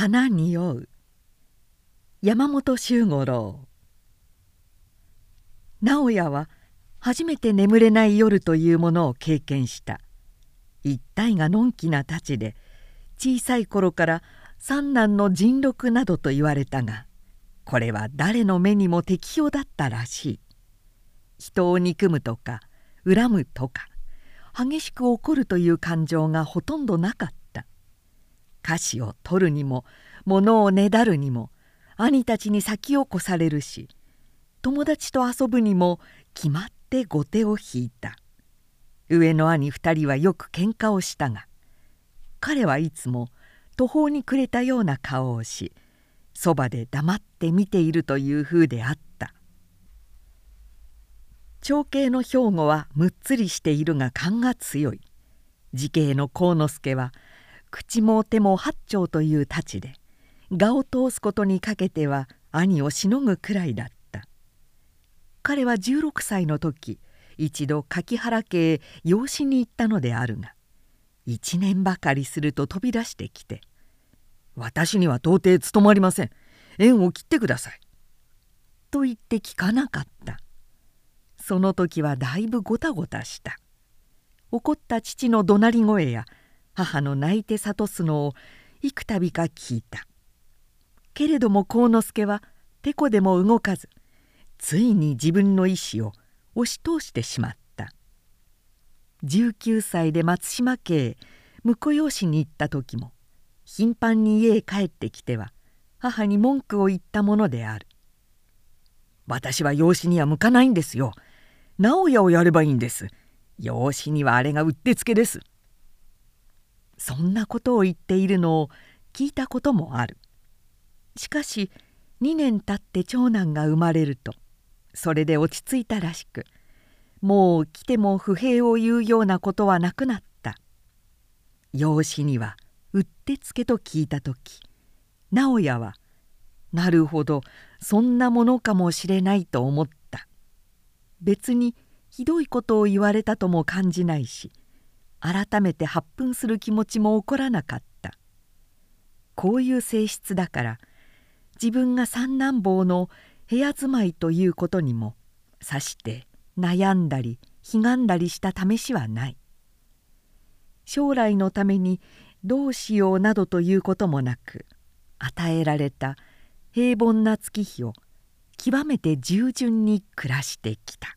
花におう。山本周五郎。直哉は初めて眠れない夜というものを経験した。一体がのんきなたちで、小さい頃から三男の人禄などと言われたが、これは誰の目にも適当だったらしい。人を憎むとか恨むとか激しく怒るという感情がほとんどなかった。菓子を取るにも物をねだるにも兄たちに先を越されるし、友達と遊ぶにも決まって後手を引いた。上の兄2人はよく喧嘩をしたが、彼はいつも途方に暮れたような顔をし、そばで黙って見ているという風であった。長兄の兵庫はむっつりしているが勘が強い。次兄の幸之助は口も手も八丁という太刀で、我を通すことにかけては兄をしのぐくらいだった。彼は16歳の時、一度柿原家へ養子に行ったのであるが、1年ばかりすると飛び出してきて「私には到底務まりません。縁を切ってください」と言って聞かなかった。その時はだいぶごたごたした。怒った父の怒鳴り声や母の泣いて諭すのを幾度か聞いた。けれども幸之助はてこでも動かず、ついに自分の意志を押し通してしまった。19歳で松島家へ婿養子に行った時も、頻繁に家へ帰ってきては母に文句を言ったものである。私は養子には向かないんですよ。直哉をやればいいんです。養子にはあれがうってつけです。そんなことを言っているのを聞いたこともある。しかし2年経って長男が生まれると、それで落ち着いたらしく、もう来ても不平を言うようなことはなくなった。養子にはうってつけと聞いた時、直哉はなるほど、そんなものかもしれないと思った。別にひどいことを言われたとも感じないし、改めて発奮する気持ちも起こらなかった。こういう性質だから、自分が三男坊の部屋住まいということにもさして悩んだりひがんだりした試しはない。将来のためにどうしようなどということもなく、与えられた平凡な月日を極めて従順に暮らしてきた。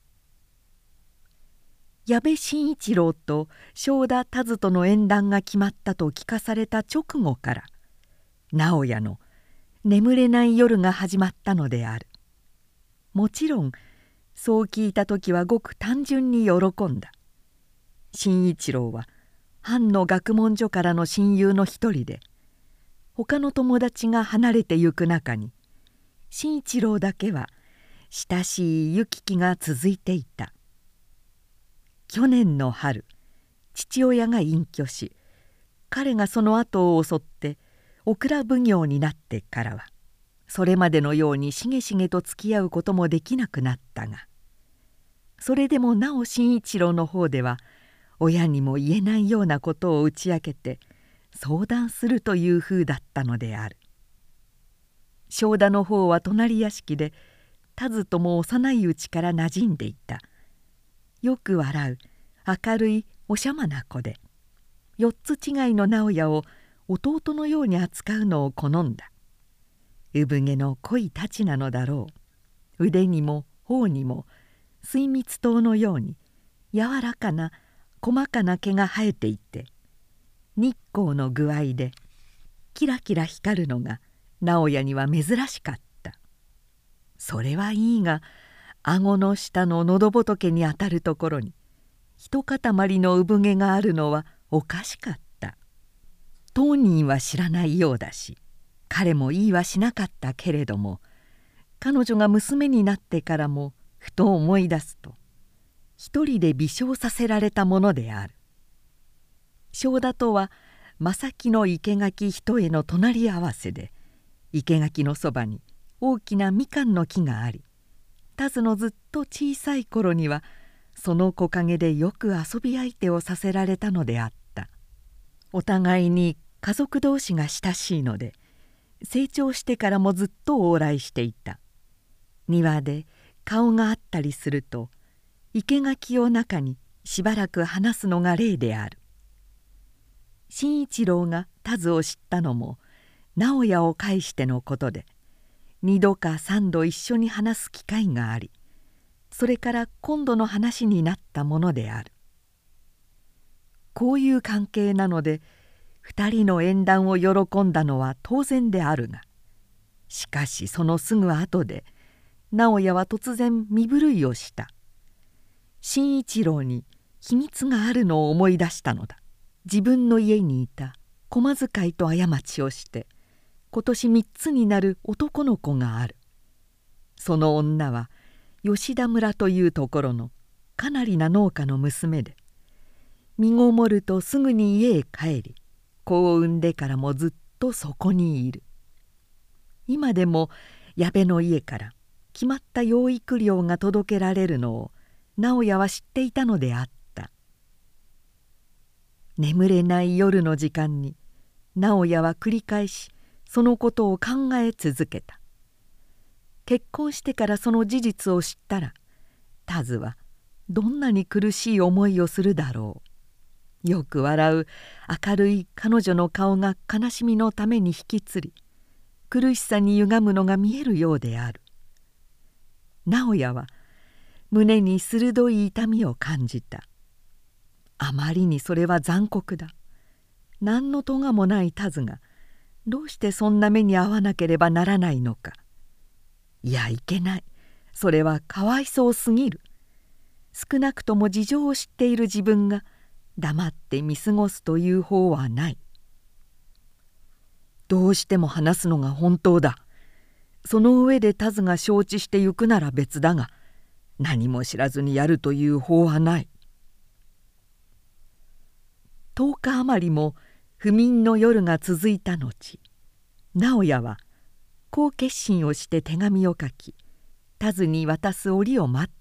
矢部慎一郎と正田田鶴との縁談が決まったと聞かされた直後から、直哉の眠れない夜が始まったのである。もちろんそう聞いた時はごく単純に喜んだ。慎一郎は藩の学問所からの親友の一人で、他の友達が離れてゆく中に、慎一郎だけは親しい行き来が続いていた。去年の春、父親が隠居し、彼がその後を襲ってお蔵奉行になってからは、それまでのようにしげしげと付き合うこともできなくなったが、それでもなお慎一郎の方では親にも言えないようなことを打ち明けて相談するという風だったのである。正田の方は隣屋敷で田鶴とも幼いうちから馴染んでいた。よく笑う明るいおしゃまな子で、4つ違いの直哉を弟のように扱うのを好んだ。産毛の濃い太刀なのだろう。腕にも頬にも水蜜桃のように柔らかな細かな毛が生えていて、日光の具合でキラキラ光るのが直哉には珍しかった。それはいいが、顎の下の喉仏にあたるところに一塊の産毛があるのはおかしかった。当人は知らないようだし、彼も言いはしなかったけれども、彼女が娘になってからもふと思い出すと、一人で微笑させられたものである。正田とは正木の生垣一重の隣り合わせで、生垣のそばに大きなみかんの木があり、田鶴のずっと小さい頃にはその木陰でよく遊び相手をさせられたのであった。お互いに家族同士が親しいので成長してからもずっと往来していた。庭で顔があったりすると生垣を中にしばらく話すのが例である。新一郎が田鶴を知ったのも直哉を介してのことで、2度か3度一緒に話す機会があり、それから今度の話になったものである。こういう関係なので2人の縁談を喜んだのは当然であるが、しかしそのすぐ後で直哉は突然身震いをした。新一郎に秘密があるのを思い出したのだ。自分の家にいた駒遣いと過ちをして今年3つになる男の子がある。その女は吉田村というところのかなりな農家の娘で、身ごもるとすぐに家へ帰り、子を産んでからもずっとそこにいる。今でも矢部の家から決まった養育料が届けられるのを直哉は知っていたのであった。眠れない夜の時間に直哉は繰り返しそのことを考え続けた。結婚してからその事実を知ったら田鶴はどんなに苦しい思いをするだろう。よく笑う明るい彼女の顔が悲しみのために引きつり、苦しさに歪むのが見えるようである。直哉は胸に鋭い痛みを感じた。あまりにそれは残酷だ。何の咎もない田鶴がどうしてそんな目に遭わなければならないのか。いや、いけない。それはかわいそうすぎる。少なくとも事情を知っている自分が黙って見過ごすという方はない。どうしても話すのが本当だ。その上で田鶴が承知してゆくなら別だが、何も知らずにやるという法はない。10日余りも不眠の夜が続いた後、直哉はこう決心をして手紙を書き、田鶴に渡す折を待った。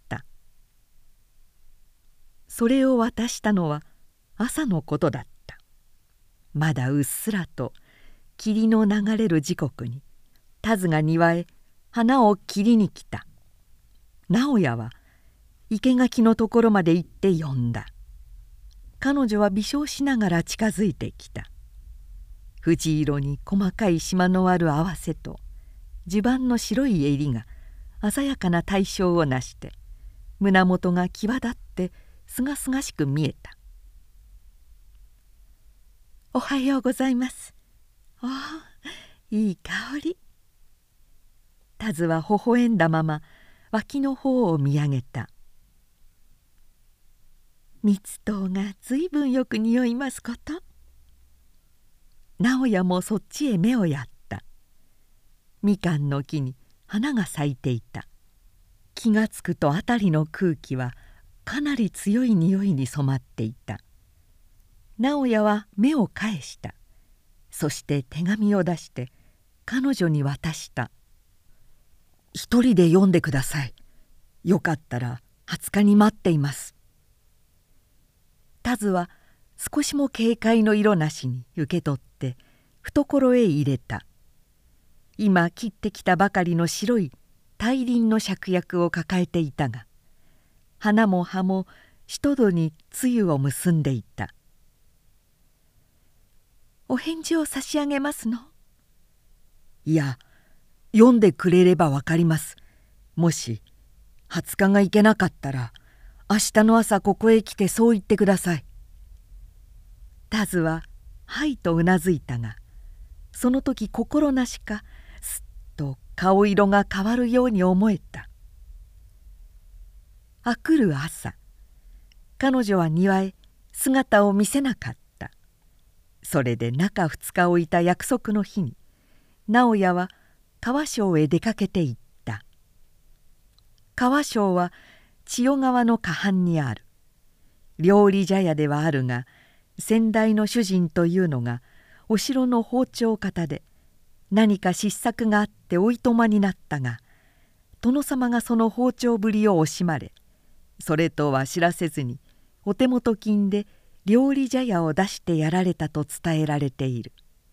それを渡したのは朝のことだった。まだうっすらと霧の流れる時刻に田鶴が庭へ花を切りに来た。直哉は生垣のところまで行って呼んだ。彼女は微笑しながら近づいてきた。藤色に細かい縞のある合わせと襦袢の白い襟が鮮やかな対照をなして、胸元が際立ってすがすがしく見えた。「おはようございます。ああ、いい香り。」田鶴は微笑んだまま脇の方を見上げた。蜜糖がずいぶんよく匂いますこと。直哉もそっちへ目をやった。みかんの木に花が咲いていた。気がつくと辺りの空気はかなり強い匂いに染まっていた。直哉は目を返した。そして手紙を出して彼女に渡した。「一人で読んでください。よかったら20日に待っています。」田鶴は少しも警戒の色なしに受け取って懐へ入れた。今切ってきたばかりの白い大輪の芍薬を抱えていたが、花も葉も一度に露を結んでいた。「お返事を差し上げますの？」「いや、読んでくれればわかります。もし20日がいけなかったら明日の朝ここへ来てそう言ってください。」田鶴は「はい」とうなずいたが、その時心なしかすっと顔色が変わるように思えた。あくる朝、彼女は庭へ姿を見せなかった。それで中2日置いた約束の日に直哉は川庄へ出かけていった。川庄は千代川の河畔にある。料理茶屋ではあるが、先代の主人というのがお城の包丁方で、何か失策があっておいとまになったが、殿様がその包丁ぶりを惜しまれ、それとは知らせずにお手元金で料理茶屋を出してやられたと伝えられている。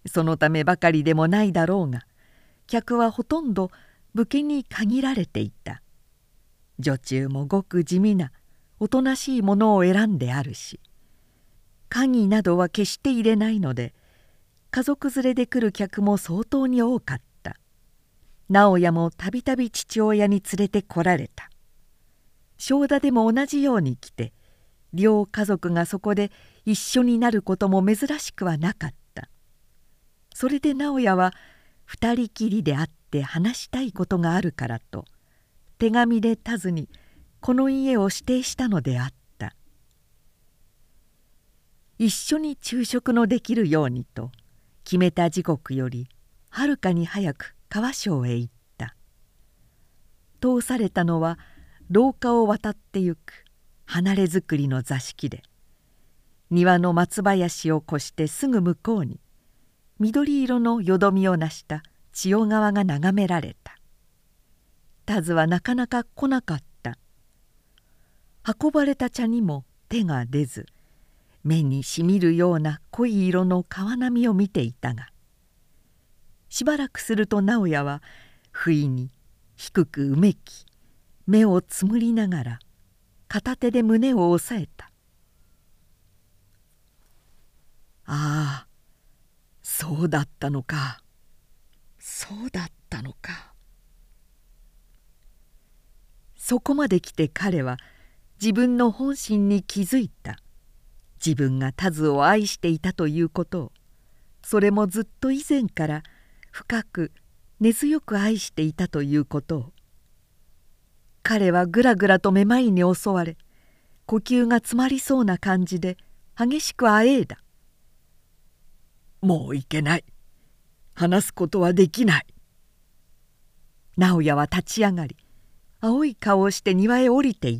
そのためばかりでもないだろうが、客はほとんど武家に限られていた。女中もごく地味なおとなしいものを選んであるし、鍵などは決して入れないので、家族連れで来る客も相当に多かった。直哉もたびたび父親に連れてこられた。正田でも同じように来て、両家族がそこで一緒になることも珍しくはなかった。それで直哉は二人きりで会って話したいことがあるからと、手紙で田津にこの家を指定したのであった。一緒に昼食のできるようにと決めた時刻よりはるかに早く川庄へ行った。通されたのは廊下を渡ってゆく離れ造りの座敷で、庭の松林を越してすぐ向こうに緑色のよどみをなした千代川が眺められた。田津はなかなか来なかった。運ばれた茶にも手が出ず、目にしみるような濃い色の川波を見ていたが、しばらくすると直哉は不意に低くうめき、目をつむりながら片手で胸を押さえた。ああ、そうだったのか、そうだったのか。そこまで来て彼は自分の本心に気づいた。自分が田津を愛していたということを、それもずっと以前から深く根強く愛していたということを。彼はぐらぐらとめまいに襲われ、呼吸が詰まりそうな感じで激しくあえいだ。もういけない、話すことはできない。直哉は立ち上がり、青い顔をして庭へ降りていった。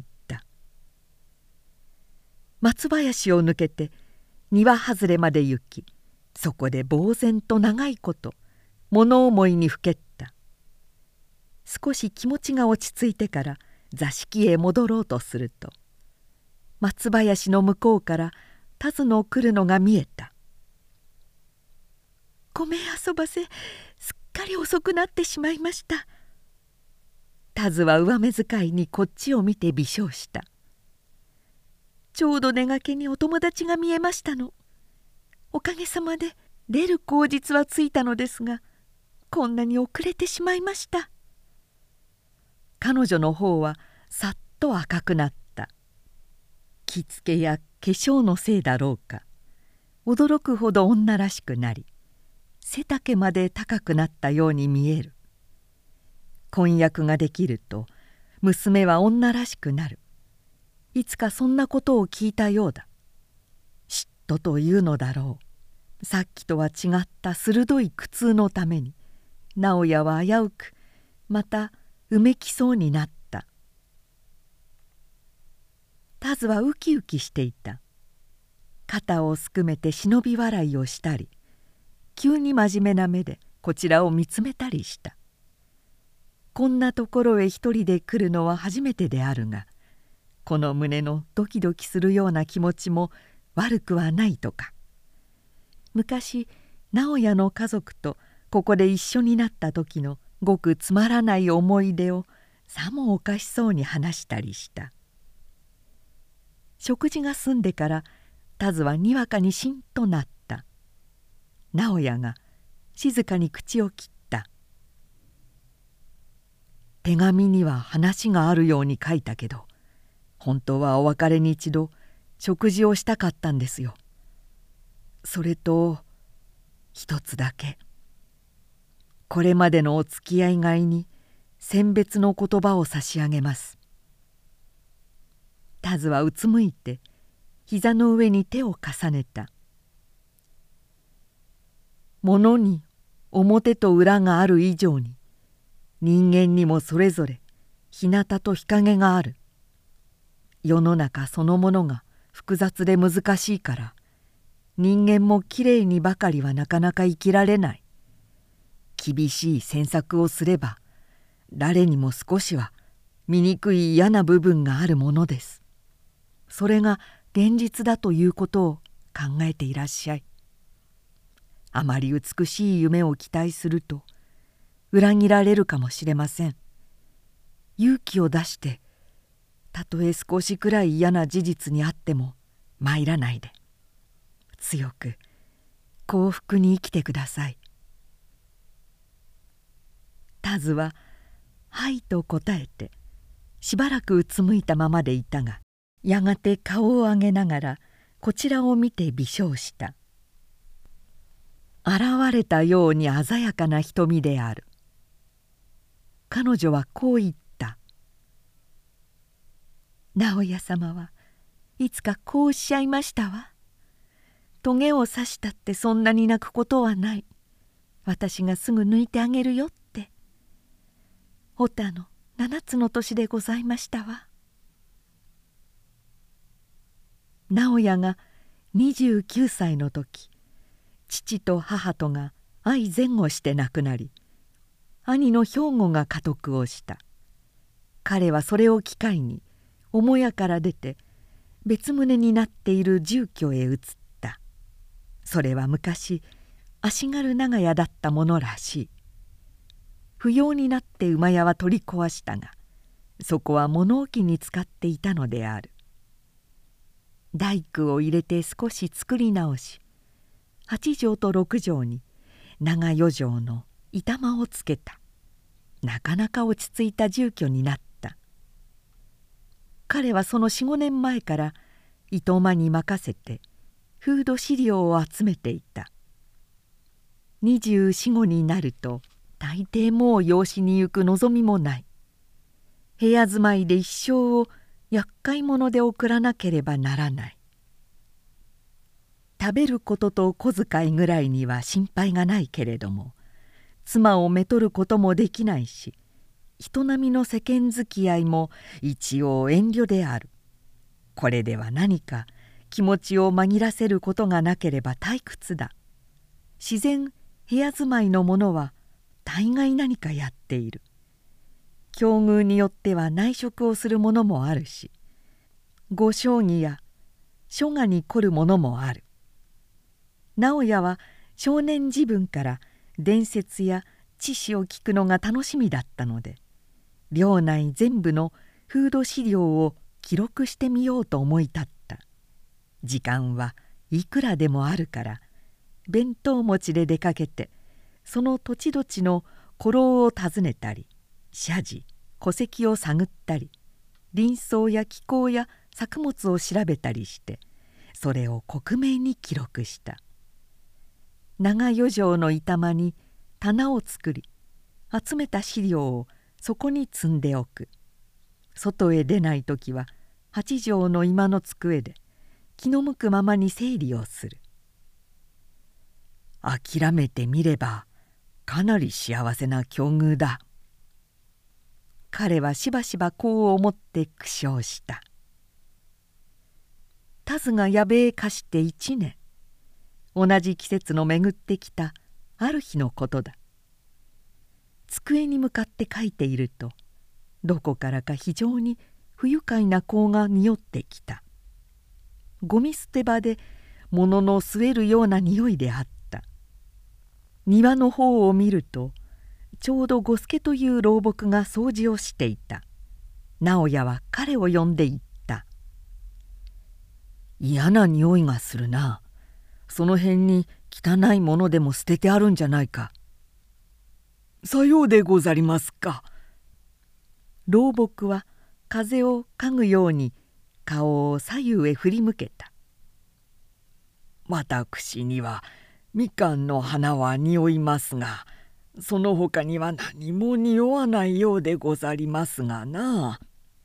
松林を抜けて庭外れまで行き、そこで呆然と長いこと物思いにふけった。少し気持ちが落ち着いてから座敷へ戻ろうとすると、松林の向こうから田津の来るのが見えた。ごめん遊ばせ、すっかり遅くなってしまいました。田津は上目遣いにこっちを見て微笑した。ちょうど出がけにお友達が見えましたの。おかげさまで出る口実はついたのですが、こんなに遅れてしまいました。彼女の方はさっと赤くなった。着付けや化粧のせいだろうか、驚くほど女らしくなり、背丈まで高くなったように見える。婚約ができると娘は女らしくなる。いつかそんなことを聞いたようだ。嫉妬というのだろう。さっきとは違った鋭い苦痛のために直哉は危うくまたうめきそうになった。田津はウキウキしていた。肩をすくめて忍び笑いをしたり、急に真面目な目でこちらを見つめたりした。こんなところへ一人で来るのは初めてであるが、この胸のドキドキするような気持ちも悪くはないとか。昔直哉の家族とここで一緒になった時のごくつまらない思い出をさもおかしそうに話したりした。食事が済んでから田津はにわかにしんとなった。直哉が静かに口を切った。手紙には話があるように書いたけど、本当はお別れに一度食事をしたかったんですよ。それと一つだけ、これまでのお付き合いがいに餞別の言葉を差し上げます。田津はうつむいて膝の上に手を重ねた。物に表と裏がある以上に、人間にもそれぞれ日向と日陰がある。世の中そのものが複雑で難しいから、人間もきれいにばかりはなかなか生きられない。厳しい詮索をすれば誰にも少しは醜い嫌な部分があるものです。それが現実だということを考えていらっしゃい。 あまり美しい夢を期待すると裏切られるかもしれません。勇気を出してたとえ少しくらい嫌な事実にあっても参らないで、強く幸福に生きてください。タズは「はい」と答えてしばらくうつむいたままでいたが、やがて顔を上げながらこちらを見て微笑した。現れたように鮮やかな瞳である。彼女はこう言った。直哉様はいつかこうおっしゃいましたわ。トゲを刺したってそんなに泣くことはない。私がすぐ抜いてあげるよって。オタの7つの年でございましたわ。直哉が29歳の時、父と母とが相前後して亡くなり、兄の兵庫が家督をした。彼はそれを機会に母屋から出て別棟になっている住居へ移った。それは昔足軽長屋だったものらしい。不要になって馬屋は取り壊したが、そこは物置に使っていたのである。大工を入れて少し作り直し、8畳と6畳に長4畳の板間をつけた。なかなか落ち着いた住居になった。彼はその4、5年前から糸間に任せて風土資料を集めていた。24、5になると大抵もう養子に行く望みもない。部屋住まいで一生を厄介者で送らなければならない。食べることと小遣いぐらいには心配がないけれども、妻をめとることもできないし、人並みの世間付き合いも一応遠慮である。これでは何か気持ちを紛らせることがなければ退屈だ。自然部屋住まいの者は大概何かやっている。境遇によっては内職をするものもあるし、ご将棋や書画に凝るものもある。直哉は少年時分から伝説や知史を聞くのが楽しみだったので、領内全部の風土資料を記録してみようと思い立った。時間はいくらでもあるから、弁当持ちで出かけてその土地土地の古老を訪ねたり、社寺戸籍を探ったり、林草や気候や作物を調べたりして、それを克明に記録した。長4畳の板間に棚を作り、集めた資料をそこに積んでおく。外へ出ない時は8畳の居間の机で気の向くままに整理をする。諦めてみればかなり幸せな境遇だ。彼はしばしばこう思って苦笑した。タズが矢部へ貸して1年、同じ季節の巡ってきたある日のことだ。机に向かって書いていると、どこからか非常に不愉快な香が匂ってきた。ゴミ捨て場で物の吸えるような匂いであった。庭の方を見ると、ちょうど五助という老木が掃除をしていた。直哉は彼を呼んで言った。嫌な匂いがするな。その辺に汚いものでも捨ててあるんじゃないか。さようでござりますか。老木は風をかぐように顔を左右へ振り向けた。私にはみかんの花は匂いますが、その他には何も匂わないようでござりますがな。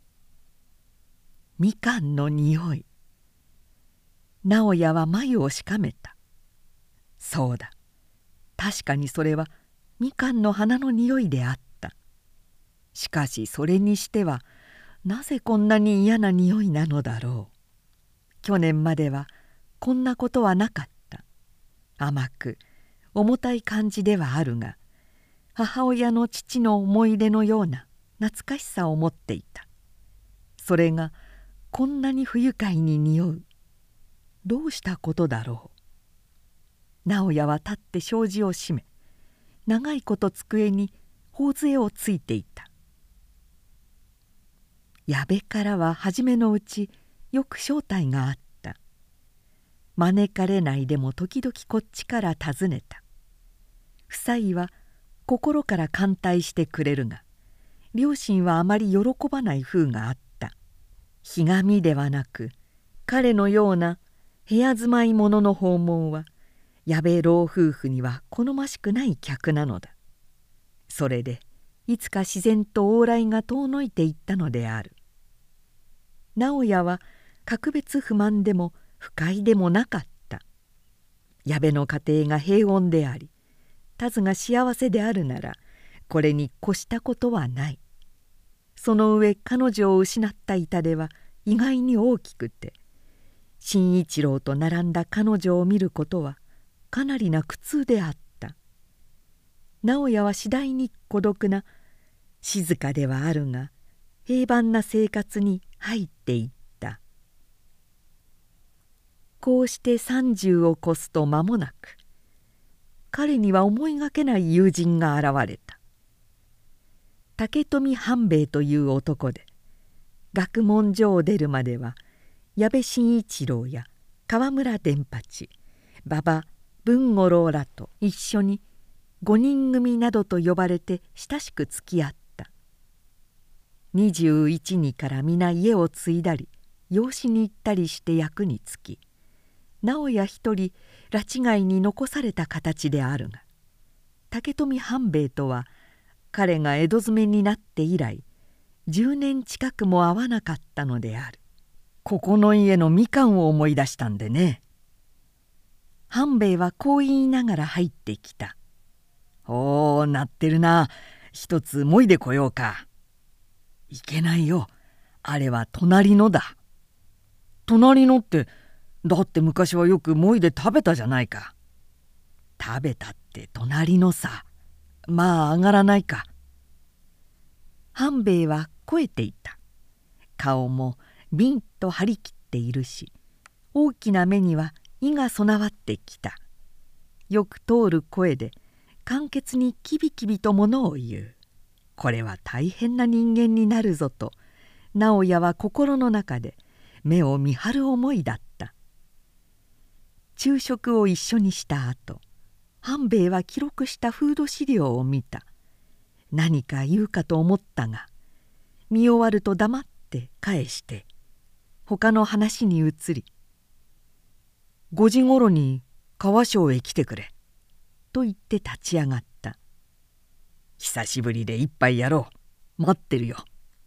みかんの匂い。直哉は眉をしかめた。そうだ、確かにそれはみかんの花の匂いであった。しかしそれにしてはなぜこんなに嫌な匂いなのだろう。去年まではこんなことはなかった。甘く重たい感じではあるが、母親の父の思い出のような懐かしさを持っていた。それがこんなに不愉快に匂う。どうしたことだろう。 直哉は立って障子を閉め、長いこと机に頬杖をついていた。矢部からは初めのうちよく招待があった。招かれないでも時々こっちから尋ねた。夫妻は心から歓待してくれるが、両親はあまり喜ばない風があった。ひがみではなく、彼のような部屋住まい者の訪問は矢部老夫婦には好ましくない客なのだ。それでいつか自然と往来が遠のいていったのである。直哉は格別不満でも不快でもなかった。矢部の家庭が平穏であり、田鶴が幸せであるならこれに越したことはない。その上彼女を失った痛手は意外に大きくて、新一郎と並んだ彼女を見ることはかなりな苦痛であった。直哉は次第に孤独な、静かではあるが平凡な生活に入っていった。こうして30を越すと間もなく、彼には思いがけない友人が現れた。竹富半兵衛という男で、学問所を出るまでは矢部慎一郎や河村伝八、馬場文五郎らと一緒に5人組などと呼ばれて親しく付き合った。21にから皆家を継いだり養子に行ったりして役につき、直哉一人拉致外に残された形であるが、竹富半兵衛とは彼が江戸詰めになって以来10年近くも会わなかったのである。ここの家のみかんを思い出したんでね。半兵衛はこう言いながら入ってきた。おお、なってるな。一つもいでこようか。いけないよ。あれは隣のだ。隣のって、だって昔はよくもいで食べたじゃないか。食べたって隣のさ。まあ上がらないか。半兵衛は肥えていた。顔もビンと張り切っているし、大きな目には意が備わってきた。よく通る声で簡潔にキビキビとものを言う。これは大変な人間になるぞと直哉は心の中で目を見張る思いだった。昼食を一緒にした後、半兵衛は記録したフード資料を見た。何か言うかと思ったが、見終わると黙って返して他の話に移り、5時ごろに川庄へ来てくれと言って立ち上がった。久しぶりで一杯やろう。待ってるよ。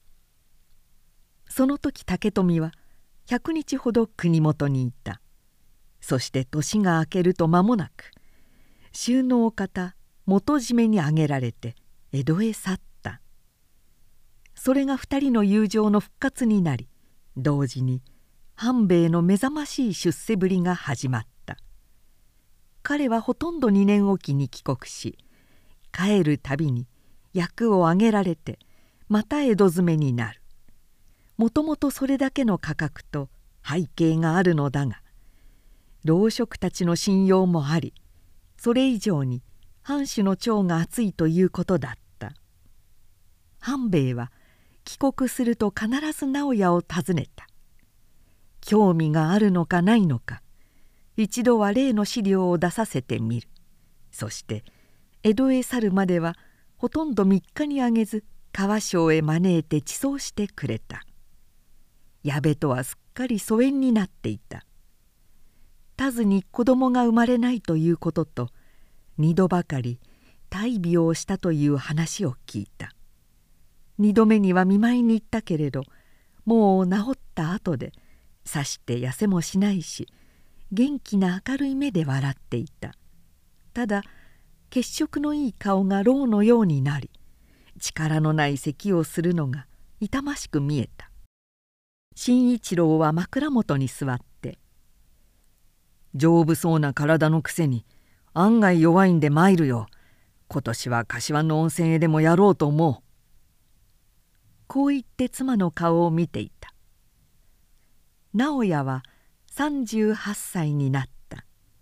その時竹富は100日ほど国元にいた。そして年が明けると間もなく収納方元締めに挙げられて江戸へ去った。それが2人の友情の復活になり、同時に半兵衛の目覚ましい出世ぶりが始まった。彼はほとんど2年おきに帰国し、帰るたびに役を挙げられてまた江戸詰めになる。もともとそれだけの価格と背景があるのだが、老職たちの信用もあり、それ以上に藩主の長が厚いということだった。半兵衛は帰国すると必ず直哉を訪ねた。興味があるのかないのか、一度は例の資料を出させてみる。そして江戸へ去るまではほとんど3日にあげず川庄へ招いて馳走してくれた。矢部とはすっかり疎遠になっていた。田鶴に子供が生まれないということと、2度ばかり大病をしたという話を聞いた。2度目には見舞いに行ったけれど、もう治った後でさして痩せもしないし、元気な明るい目で笑っていた。ただ血色のいい顔が蝋のようになり、力のない咳をするのが痛ましく見えた。新一郎は枕元に座って、丈夫そうな体のくせに案外弱いんで参るよ。今年は柏の温泉へでもやろうと思う。こう言って妻の顔を見ていた。直哉は38歳になった。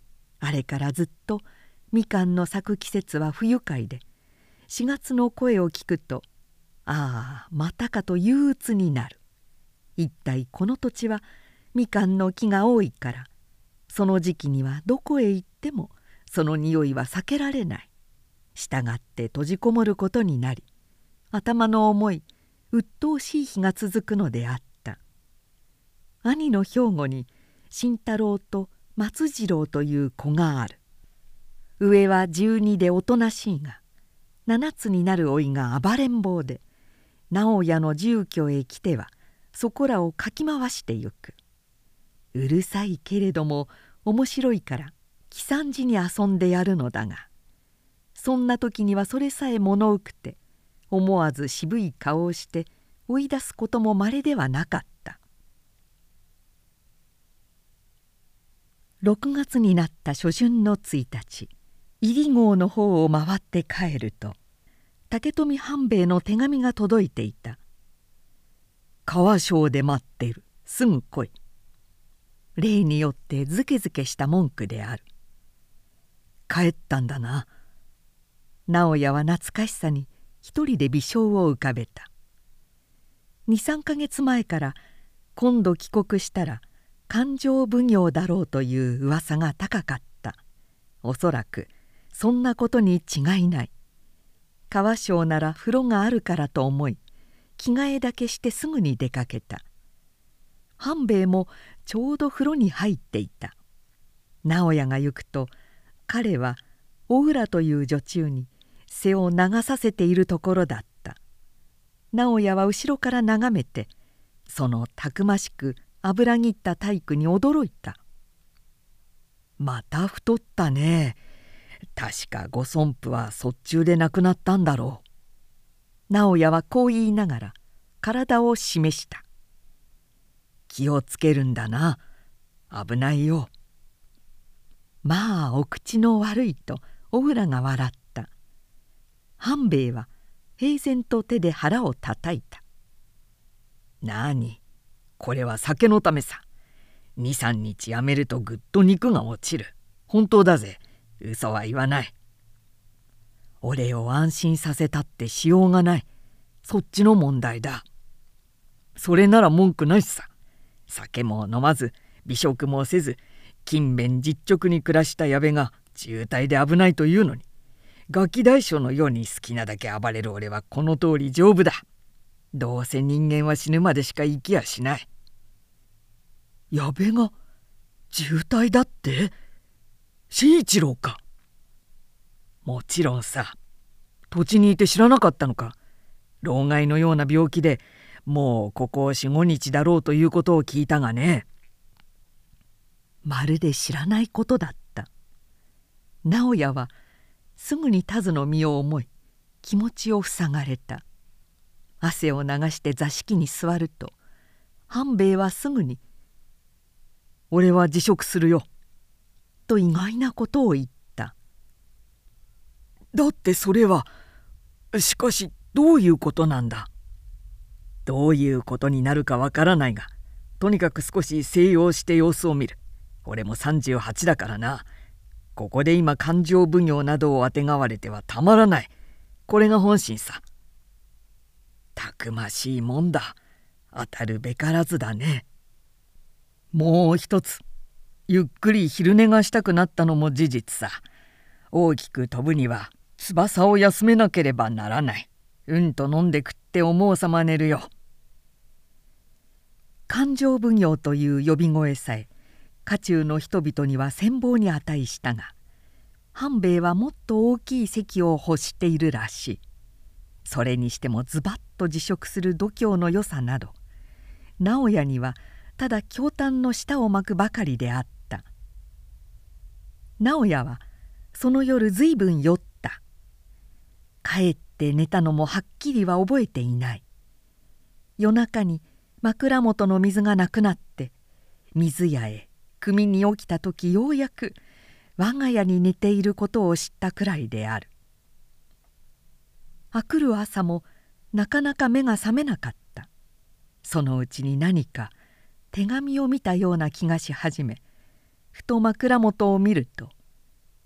あれからずっとみかんの咲く季節は不愉快で、4月の声を聞くと、ああまたかと憂鬱になる。一体この土地はみかんの木が多いから、その時期にはどこへ行ってもその匂いは避けられない。したがって閉じこもることになり、頭の重い鬱陶しい日が続くのであった。兄の兵庫に慎太郎と松次郎という子がある。上は12でおとなしいが、7つになる甥が暴れん坊で、直哉の住居へ来てはそこらをかき回してゆく。うるさいけれども面白いから喜三時に遊んでやるのだが、そんな時にはそれさえ物うくて、思わず渋い顔をして追い出すこともまれではなかった。6月になった初春の1日、入郷の方を回って帰ると、竹富半兵衛の手紙が届いていた。川庄で待ってる、すぐ来い。例によってずけずけした文句である。帰ったんだな。直哉は懐かしさに一人で微笑を浮かべた。2、3ヶ月前から今度帰国したら勘定奉行だろうという噂が高かった。おそらくそんなことに違いない。川庄なら風呂があるからと思い、着替えだけしてすぐに出かけた。半兵衛もちょうど風呂に入っていた。直哉が行くと、彼はお浦という女中に背を流させているところだった。直哉は後ろから眺めて、そのたくましく脂ぎった体育に驚いた。また太ったね。確かご尊父は卒中で亡くなったんだろう。直哉はこう言いながら体を示した。気をつけるんだな。危ないよ。まあお口の悪いとお浦が笑った。半兵衛は平然と手で腹をたたいた。なに、これは酒のためさ。2、3日やめるとぐっと肉が落ちる。本当だぜ。嘘は言わない。俺を安心させたってしようがない。そっちの問題だ。それなら文句ないさ。酒も飲まず美食もせず勤勉実直に暮らした矢部が渋滞で危ないというのに、ガキ大将のように好きなだけ暴れる俺はこの通り丈夫だ。どうせ人間は死ぬまでしか生きやしない。矢部が渋滞だって？慎一郎か。もちろんさ。土地にいて知らなかったのか。老害のような病気でもうここ4、5日だろうということを聞いたがね。まるで知らないことだった。直哉はすぐに田鶴の身を思い、気持ちを塞がれた。汗を流して座敷に座ると、半兵衛はすぐに「俺は辞職するよ」と意外なことを言った。だってそれは、しかしどういうことなんだ。どういうことになるかわからないが、とにかく少し静養して様子を見る。俺も38だからな。ここで今勘定奉行などをあてがわれてはたまらない。これが本心さ。たくましいもんだ。当たるべからずだね。もう一つ、ゆっくり昼寝がしたくなったのも事実さ。大きく飛ぶには翼を休めなければならない。うんと飲んで食って思うさま寝るよ。勘定奉行という呼び声さえ家中の人々には羨望に値したが、半兵衛はもっと大きい席を欲しているらしい。それにしてもズバッと辞職する度胸の良さなど、直哉にはただ驚嘆の舌を巻くばかりであった。直哉はその夜ずいぶん酔った。帰って寝たのもはっきりは覚えていない。夜中に枕元の水がなくなって水屋へ汲みに起きた時、ようやく我が家に寝ていることを知ったくらいである。あくる朝もなかなか目が覚めなかった。そのうちに何か手紙を見たような気がし始め、ふと枕元を見ると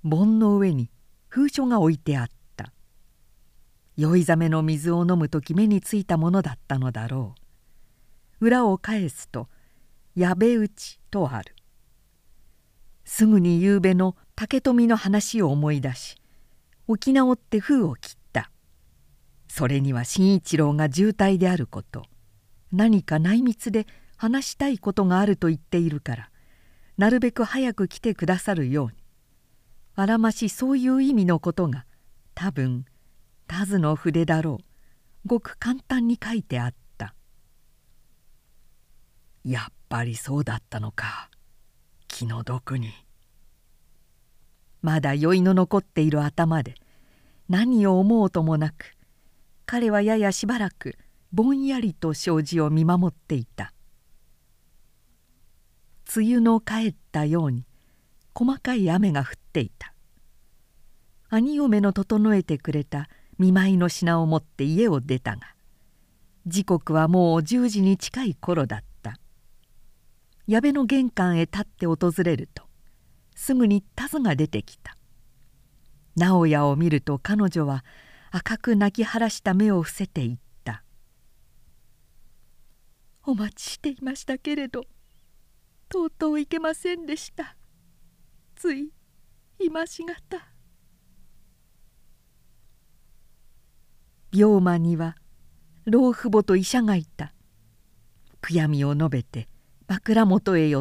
盆の上に封書が置いてあった。酔いざめの水を飲むとき目についたものだったのだろう。裏を返すと「矢部打ち」とある。すぐにゆうべの竹富の話を思い出し、起き直って封を切った。それには新一郎が重体であること、何か内密で話したいことがあると言っているから、なるべく早く来てくださるように。あらましそういう意味のことが多分田鶴の筆だろう。ごく簡単に書いてあった。やっぱりそうだったのか、気の毒に。まだ酔いの残っている頭で何を思うともなく、彼はややしばらくぼんやりと障子を見守っていた。梅雨の帰ったように細かい雨が降っていた。兄嫁の整えてくれた見舞いの品を持って家を出たが、時刻はもう10時に近い頃だった。矢部の玄関へ立って訪れると、すぐに田鶴が出てきた。直哉を見ると彼女は赤く泣き晴らした目を伏せていった。お待ちしていましたけれど、とうとういけませんでした。つい今しがた。病間には老父母と医者がいた。悔やみを述べて枕元へ寄った。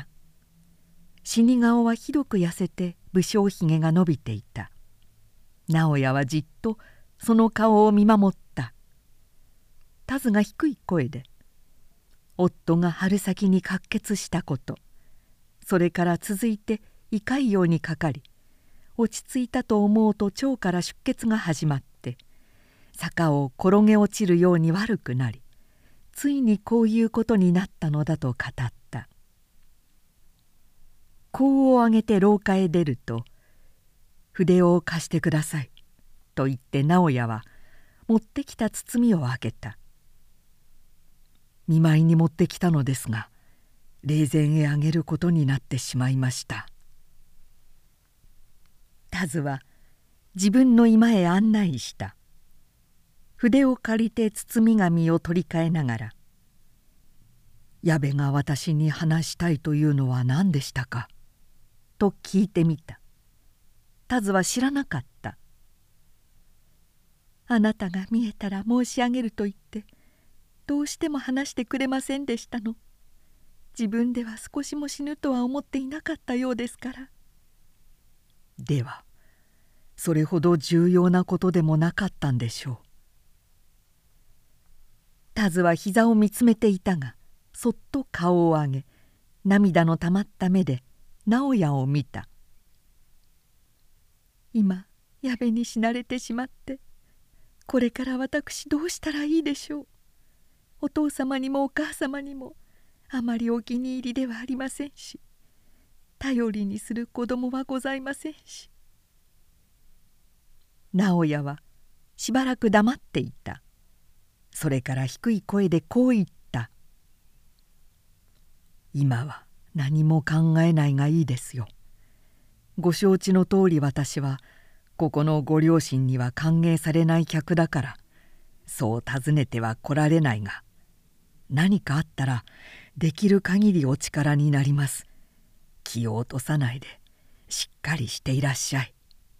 死に顔はひどく痩せて武将ひげが伸びていた。直哉はじっとその顔を見守った。田鶴が低い声で夫が春先に喀血したこと、それから続いて胃潰瘍にかかり、落ち着いたと思うと腸から出血が始まって、坂を転げ落ちるように悪くなり、ついにこういうことになったのだと語った。香を上げて廊下へ出ると「筆を貸してください」と言って直哉は持ってきた包みを開けた。見舞いに持ってきたのですが、霊前へあげることになってしまいました。田鶴は自分の居間へ案内した。筆を借りて包み紙を取り替えながら「矢部が私に話したいというのは何でしたか?」と聞いてみた。田鶴は知らなかった。あなたが見えたら申し上げると言ってどうしても話してくれませんでしたの。自分では少しも死ぬとは思っていなかったようですから。ではそれほど重要なことでもなかったんでしょう。田鶴は膝を見つめていたが、そっと顔を上げ、涙のたまった目で直哉を見た。今矢部に死なれてしまって、これから私どうしたらいいでしょう。お父様にもお母様にもあまりお気に入りではありませんし、頼りにする子供はございませんし。直哉はしばらく黙っていた。それから低い声でこう言った。今は何も考えないがいいですよ。ご承知の通り私はここのご両親には歓迎されない客だから、そう訪ねては来られないが、何かあったらできる限りお力になります。気を落とさないでしっかりしていらっしゃい。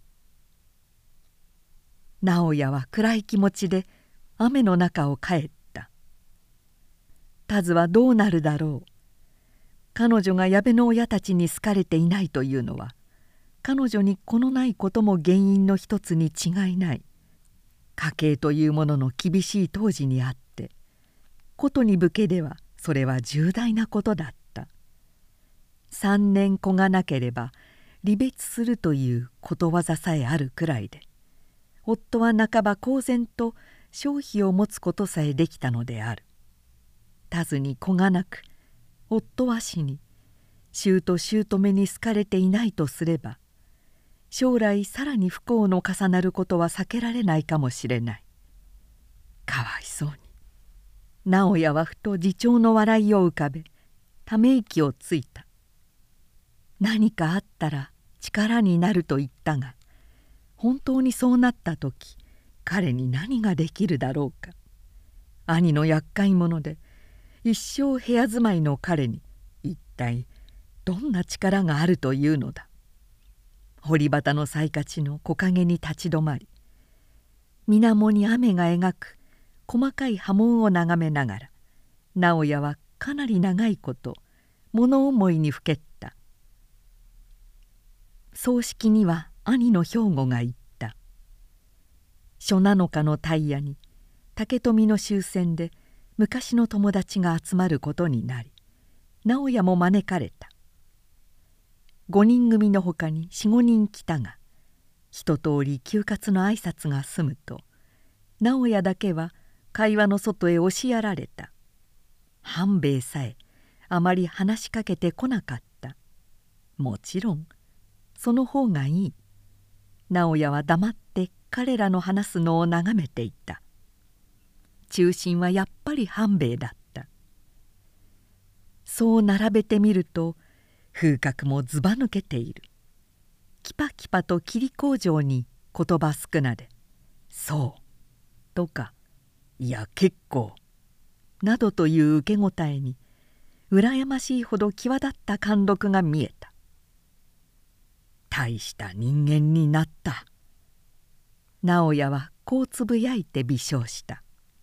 直哉は暗い気持ちで雨の中を帰った。田鶴はどうなるだろう。彼女が矢部の親たちに好かれていないというのは、彼女に子のないことも原因の一つに違いない。家計というものの厳しい当時にあって、ことに武家ではそれは重大なことだった。3年子がなければ離別するということわざさえあるくらいで、夫は半ば公然と商費を持つことさえできたのである。田鶴に子がなく、夫は死に、姑と姑に好かれていないとすれば、将来さらに不幸の重なることは避けられないかもしれない。かわいそうに。直哉はふと自重の笑いを浮かべ、ため息をついた。何かあったら力になると言ったが、本当にそうなった時彼に何ができるだろうか。兄の厄介者で一生部屋住まいの彼に一体どんな力があるというのだ。堀端の菜勝ちの木陰に立ち止まり、水面に雨が描く細かい波紋を眺めながら、直哉はかなり長いこと物思いにふけった。葬式には兄の兵庫が行った。初七日のタイヤに竹富の終戦で昔の友達が集まることになり、直哉も招かれた。5人組のほかに4、5人来たが、一通り休活の挨拶が済むと、直哉だけは会話の外へ押しやられた。半兵衛さえあまり話しかけてこなかった。もちろんその方がいい。直哉は黙って彼らの話すのを眺めていた。中心はやっぱり半兵衛だった。そう並べてみると風格もずば抜けている。キパキパと霧工場に言葉少なで「そう」とか「いや結構」などという受け答えに羨ましいほど際立った貫禄が見えた。大した人間になった。直哉はこうつぶやいて微笑した。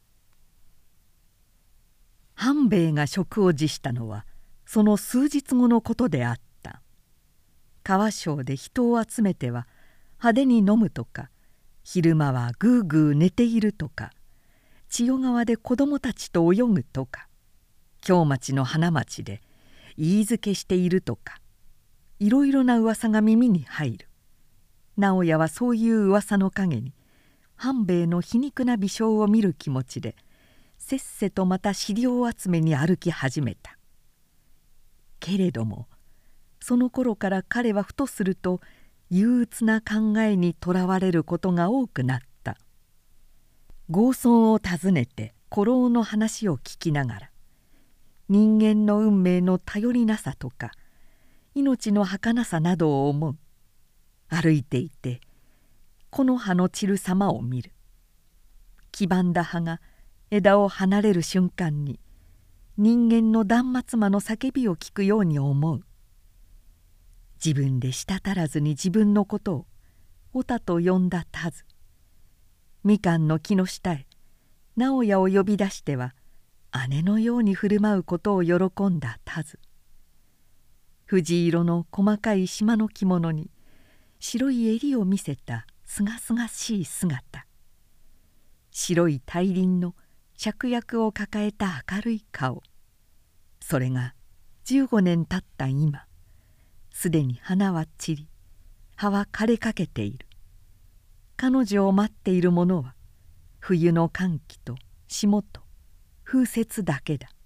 半兵衛が職を辞したのはその数日後のことであった。川庄で人を集めては派手に飲むとか、昼間はぐうぐう寝ているとか、千代川で子供たちと泳ぐとか、京町の花町で言いづけしているとか、いろいろな噂が耳に入る。直哉はそういう噂の陰に半兵衛の皮肉な微笑を見る気持ちでせっせとまた資料集めに歩き始めた。けれどもその頃から彼はふとすると憂鬱な考えにとらわれることが多くなった。郷村を訪ねて古老の話を聞きながら、人間の運命の頼りなさとか命の儚さなどを思う。歩いていて木の葉の散る様を見る。黄ばんだ葉が枝を離れる瞬間に人間の断末魔の叫びを聞くように思う。自分で舌足らずに自分のことをおたと呼んだ田鶴。みかんの木の下へ直哉を呼び出しては姉のように振る舞うことを喜んだ田鶴。藤色の細かい縞の着物に白い襟を見せたすがすがしい姿、白い大輪の芍薬を抱えた明るい顔、それが15年経った今すでに花は散り葉は枯れかけている。彼女を待っているものは冬の寒気と霜と風雪だけだ。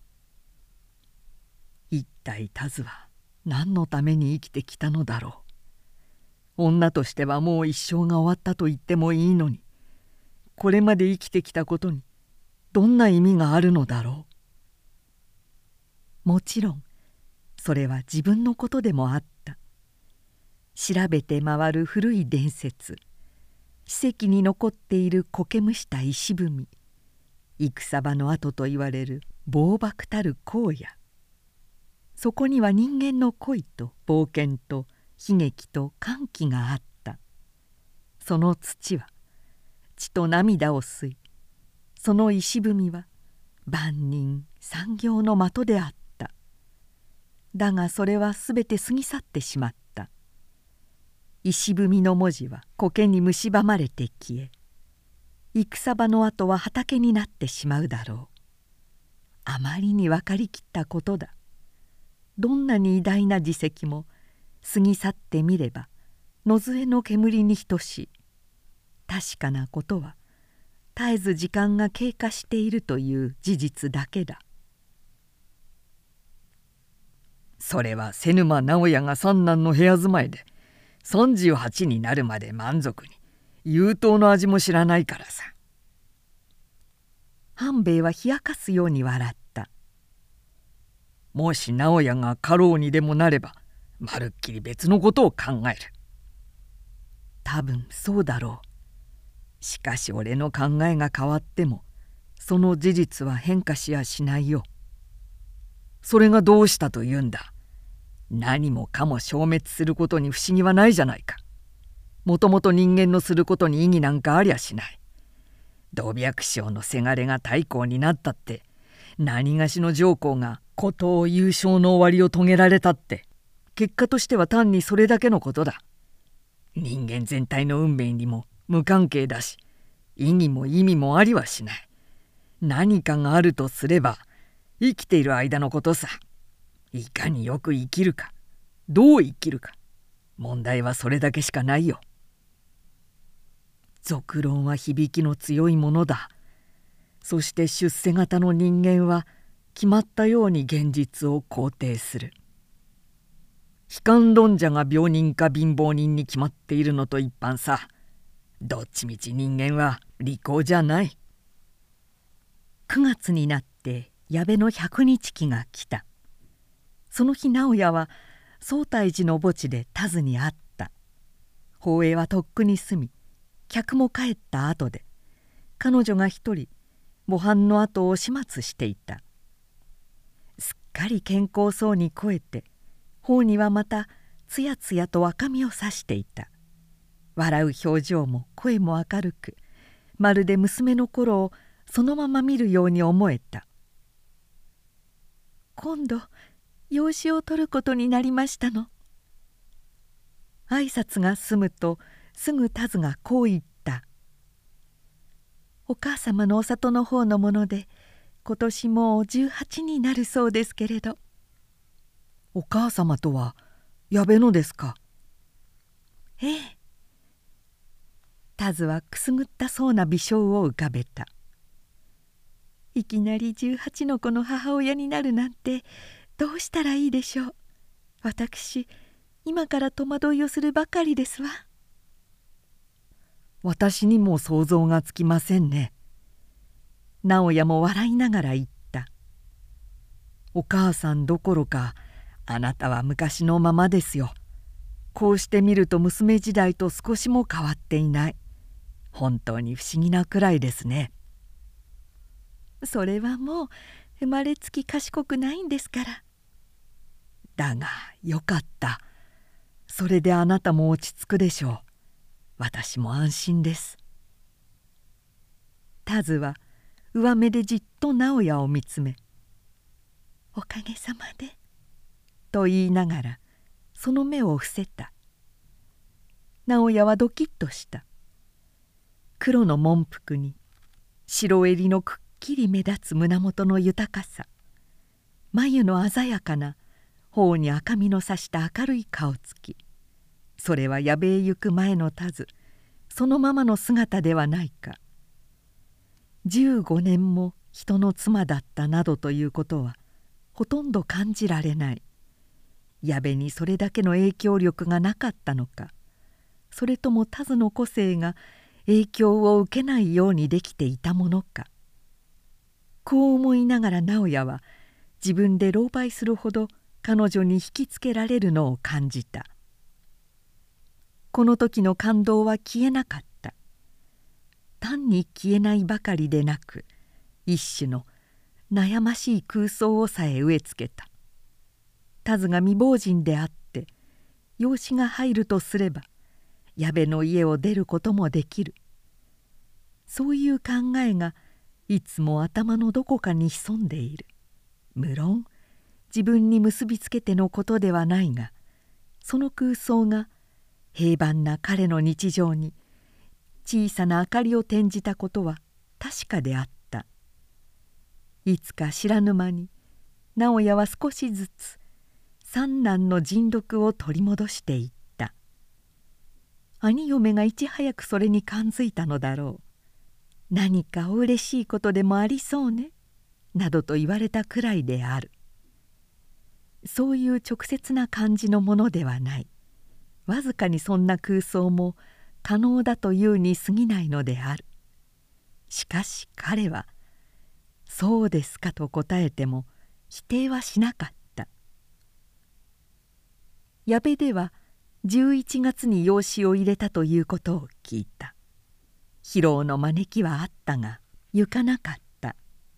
一体田鶴は何のために生きてきたのだろう。女としてはもう一生が終わったと言ってもいいのに、これまで生きてきたことにどんな意味があるのだろう。もちろんそれは自分のことでもあった。調べて回る古い伝説、史跡に残っている苔むした石踏み、戦場の跡といわれる暴漠たる荒野、そこには人間の恋と冒険と悲劇と歓喜があった。その土は血と涙を吸い、その石踏みは万人産業の的であった。だがそれはすべて過ぎ去ってしまった。石踏みの文字は苔に蝕まれて消え、戦場の跡は畑になってしまうだろう。あまりに分かりきったことだ。どんなに偉大な自責も過ぎ去ってみれば野添の煙に等しい。確かなことは絶えず時間が経過しているという事実だけだ。それは瀬沼直哉が三男の部屋住まいで38になるまで満足に優等の味も知らないからさ。半兵衛は冷やかすように笑った。もし直哉が家老にでもなればまるっきり別のことを考える。多分そうだろう。しかし俺の考えが変わってもその事実は変化しやしないよ。それがどうしたというんだ。何もかも消滅することに不思議はないじゃないか。もともと人間のすることに意義なんかありゃしない。動脈省のせがれが太閤になったって、何がしの上皇が孤島優勝の終わりを遂げられたって、結果としては単にそれだけのことだ。人間全体の運命にも無関係だし、意義も意味もありはしない。何かがあるとすれば生きている間のことさ。いかによく生きるか、どう生きるか、問題はそれだけしかないよ。俗論は響きの強いものだ。そして出世型の人間は決まったように現実を肯定する。悲観論者が病人か貧乏人に決まっているのと一般さ。どっちみち人間は利口じゃない。9月になって矢部の100日忌が来た。その日直哉は宗泰寺の墓地で田鶴に会った。法営はとっくに済み、客も帰った後で彼女が一人墓範の後を始末していた。すっかり健康そうに肥えて、頬にはまたつやつやと赤みをさしていた。笑う表情も声も明るく、まるで娘の頃をそのまま見るように思えた。今度養子を取ることになりましたの。挨拶が済むとすぐ田鶴がこう言った。お母様のお里の方のもので今年もう18になるそうですけれど。お母様とは矢部のですか。ええ。田鶴はくすぐったそうな微笑を浮かべた。いきなり18の子の母親になるなんてどうしたらいいでしょう。私今から戸惑いをするばかりですわ。私にも想像がつきませんね。直哉も笑いながら言った。お母さんどころかあなたは昔のままですよ。こうしてみると娘時代と少しも変わっていない。本当に不思議なくらいですね。それはもう生まれつき賢くないんですから。だがよかった。それであなたも落ち着くでしょう。私も安心です。田鶴は上目でじっと直哉を見つめ、おかげさまでと言いながらその目を伏せた。直哉はドキッとした。黒の紋服に白襟のくっきり目立つ胸元の豊かさ、眉の鮮やかな、頬に赤みのさした明るい顔つき、それは矢部へ行く前の田鶴そのままの姿ではないか。15年も人の妻だったなどということはほとんど感じられない。矢部にそれだけの影響力がなかったのか、それとも田鶴の個性が影響を受けないようにできていたものか。こう思いながら直哉は自分で狼狽するほど彼女に引きつけられるのを感じた。この時の感動は消えなかった。単に消えないばかりでなく、一種の悩ましい空想をさえ植え付けた。田鶴が未亡人であって養子が入るとすれば矢部の家を出ることもできる。そういう考えがいつも頭のどこかに潜んでいる。無論自分に結びつけてのことではないが、その空想が平凡な彼の日常に小さな明かりを転じたことは確かであった。いつか知らぬ間に直哉は少しずつ三男の尽力を取り戻していった。兄嫁がいち早くそれに感づいたのだろう。何かお嬉しいことでもありそうねなどと言われたくらいである。そういう直接な感じのものではない。わずかにそんな空想も可能だというに過ぎないのである。しかし彼は「そうですか」と答えても否定はしなかった。 矢部では11月に養子を入れたということを聞いた。披露の招きはあったが行かなかった。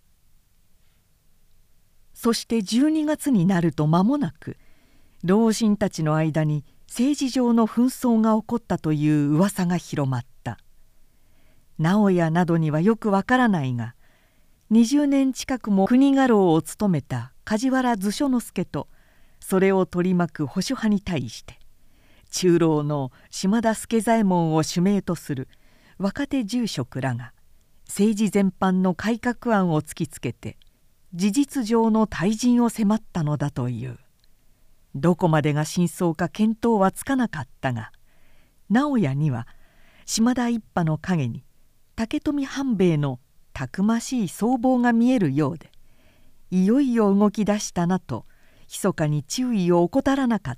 そして12月になると間もなく老人たちの間に政治上の紛争が起こったという噂が広まった。直哉などにはよくわからないが、20年近くも国家老を務めた梶原図書之助とそれを取り巻く保守派に対して中老の島田助左衛門を主命とする若手住職らが政治全般の改革案を突きつけて事実上の退陣を迫ったのだという。どこまでが真相か見当はつかなかったが、直哉には島田一派の陰に竹富半兵衛のたくましい相貌が見えるようで、いよいよ動き出したなと密かに注意を怠らなかった。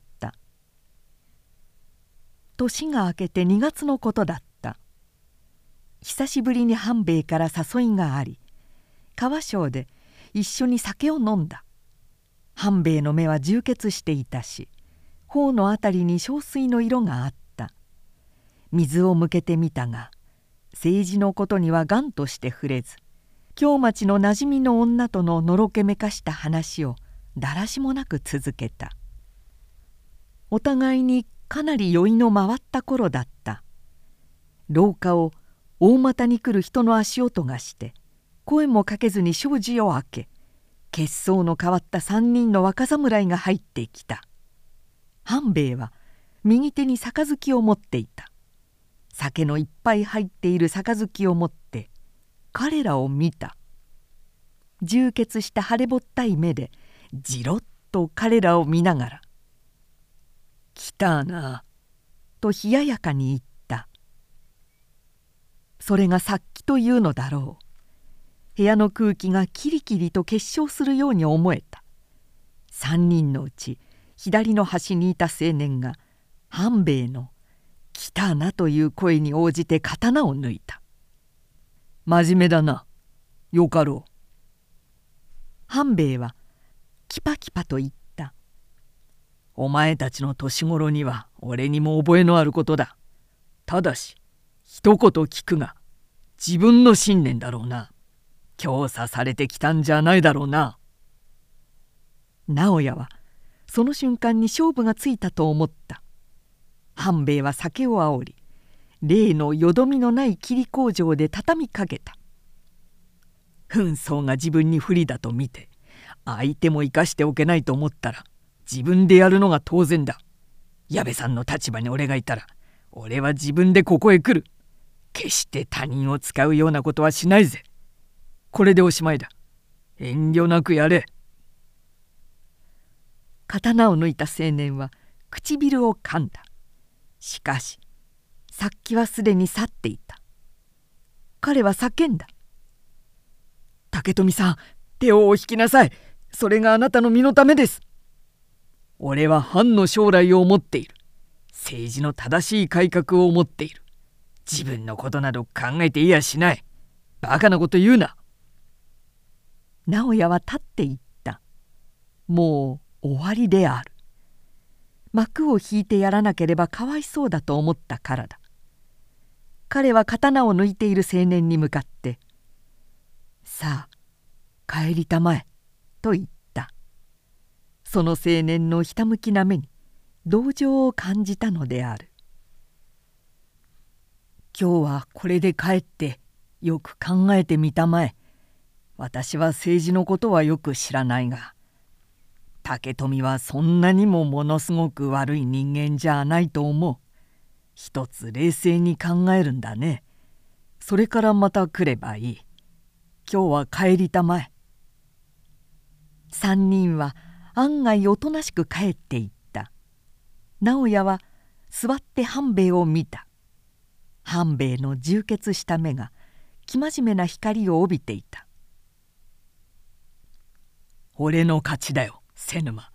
年が明けて2月のことだった。久しぶりに半兵衛から誘いがあり、川庄で一緒に酒を飲んだ。半兵衛の目は充血していたし、頬のあたりに憔悴の色があった。水を向けてみたが、政治のことには頑として触れず、京町のなじみの女とののろけめかした話をだらしもなく続けた。お互いにかなり酔いの回った頃だった。廊下を大股に来る人の足音がして、声もかけずに障子を開け、血相の変わった3人の若侍が入ってきた。半兵衛は右手に杯を持っていた。酒のいっぱい入っている杯を持って彼らを見た。充血した腫れぼったい目でじろっと彼らを見ながら「来たな」と冷ややかに言った。それがさっきというのだろう。部屋の空気がキリキリと結晶するように思えた。3人のうち左の端にいた青年が半兵衛の「来たな」という声に応じて刀を抜いた。真面目だな、よかろう。半兵衛はキパキパと言った。お前たちの年頃には俺にも覚えのあることだ。ただし一言聞くが、自分の信念だろうな。強査されてきたんじゃないだろうな。直哉はその瞬間に勝負がついたと思った。半兵衛は酒をあおり、例のよどみのない霧工場で畳みかけた。紛争が自分に不利だと見て、相手も生かしておけないと思ったら自分でやるのが当然だ。矢部さんの立場に俺がいたら、俺は自分でここへ来る。決して他人を使うようなことはしないぜ。これでおしまいだ。遠慮なくやれ。刀を抜いた青年は唇を噛んだ。しかしさっきはすでに去っていた。彼は叫んだ。竹富さん、手をお引きなさい。それがあなたの身のためです。俺は藩の将来を思っている。政治の正しい改革を思っている。自分のことなど考えていやしない。バカなこと言うな。直哉は立っていった。もう終わりである。幕を引いてやらなければかわいそうだと思ったからだ。彼は刀を抜いている青年に向かって「さあ帰りたまえ」と言った。その青年のひたむきな目に同情を感じたのである。今日はこれで帰ってよく考えてみたまえ。私は政治のことはよく知らないが、竹富はそんなにもものすごく悪い人間じゃないと思う。一つ冷静に考えるんだね。それからまた来ればいい。今日は帰りたまえ。3人は案外おとなしく帰っていった。直哉は座って半兵衛を見た。半兵衛の充血した目が生真面目な光を帯びていた。俺の勝ちだよ、瀬沼。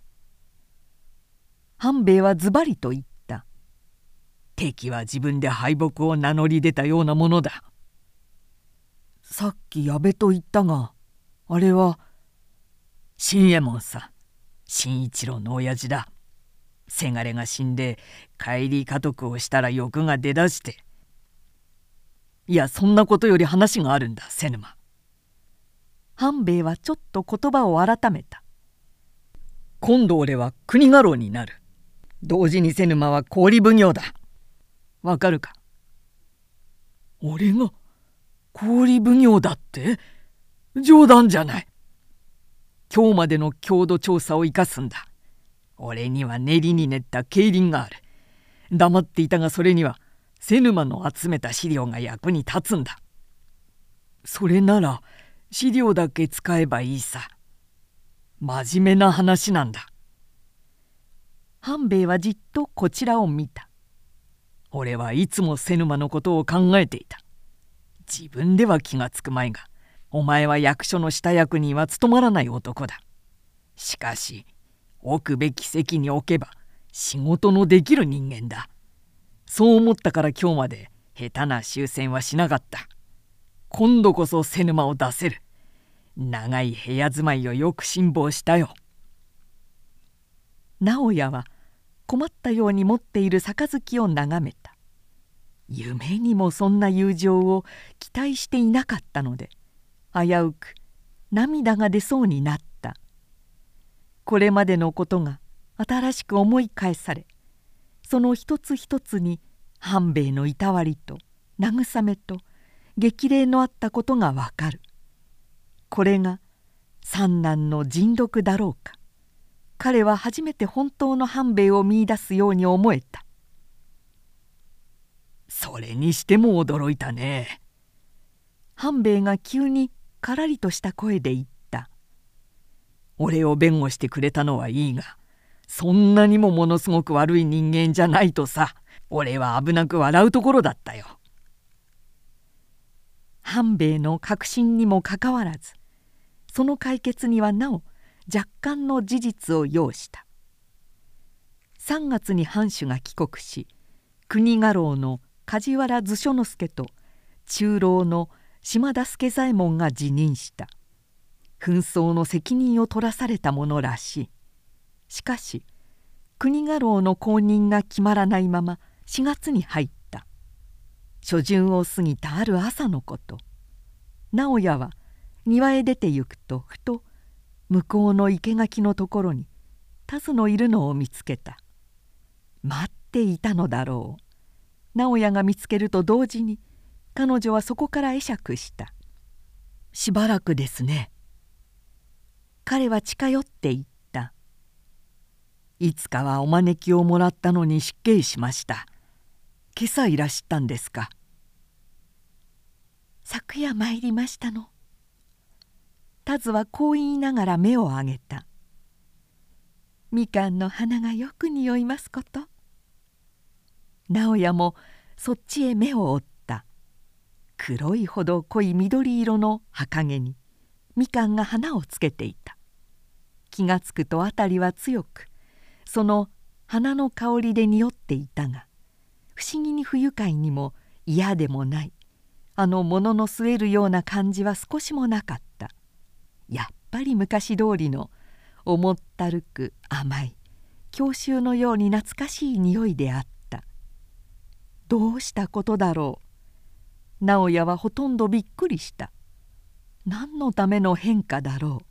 半兵衛はズバリと言った。敵は自分で敗北を名乗り出たようなものだ。さっき矢部と言ったが、あれは新右衛門さん、新一郎の親父だ。 せがれが死んで帰り家督をしたら欲が出だして。いや、そんなことより話があるんだ、瀬沼。 半兵衛はちょっと言葉を改めた。 今度俺は国家老になる。同時に瀬沼は郡奉行だ。わかるか？ 俺が郡奉行だって？冗談じゃない。 今日までの郷土調査を生かすんだ。俺には練りに練った競輪がある。黙っていたがそれには瀬沼の集めた資料が役に立つんだ。 それなら資料だけ使えばいいさ。真面目な話なんだ。 半兵衛はじっとこちらを見た。 俺はいつも瀬沼のことを考えていた。自分では気がつくまいが、お前は役所の下役には務まらない男だ。しかし置くべき席に置けば仕事のできる人間だ。そう思ったから今日まで下手な終戦はしなかった。今度こそ瀬沼を出せる。長い部屋住まいをよく辛抱したよ。 直哉は困ったように持っている杯を眺めた。夢にもそんな友情を期待していなかったので、危うく涙が出そうになった。これまでのことが新しく思い返され、その一つ一つに半兵衛のいたわりと慰めと激励のあったことがわかる。これが三男の尽力だろうか。彼は初めて本当の半兵衛を見いだすように思えた。 それにしても驚いたね。 半兵衛が急にからりとした声で言った。 俺を弁護してくれたのはいいが、そんなにもものすごく悪い人間じゃないとさ。俺は危なく笑うところだったよ。 半兵衛の確信にもかかわらず、その解決にはなお若干の事実を要した。3月に藩主が帰国し、国家老の梶原図書之助と中老の島田助左衛門が辞任した。紛争の責任を取らされたものらしい。しかし国家老の後任が決まらないまま4月に入った。初旬を過ぎたある朝のこと、直哉は庭へ出て行くとふと向こうの生垣のところに田鶴のいるのを見つけた。待っていたのだろう。直哉が見つけると同時に彼女はそこから会釈した。 しばらくですね。 彼は近寄って言った。 いつかはお招きをもらったのに失敬しました。今朝いらしたんですか？ 昨夜参りましたの。田鶴はこう言いながら目を上げた。みかんの花がよく匂いますこと。直哉もそっちへ目を追った。黒いほど濃い緑色の葉陰にみかんが花をつけていた。気がつくと辺りは強くその花の香りで匂っていたが、不思議に不愉快にも嫌でもない、あの物の据えるような感じは少しもなかった。やっぱり昔通りの重ったるく甘い郷愁のように懐かしい匂いであった。どうしたことだろう。直哉はほとんどびっくりした。何のための変化だろ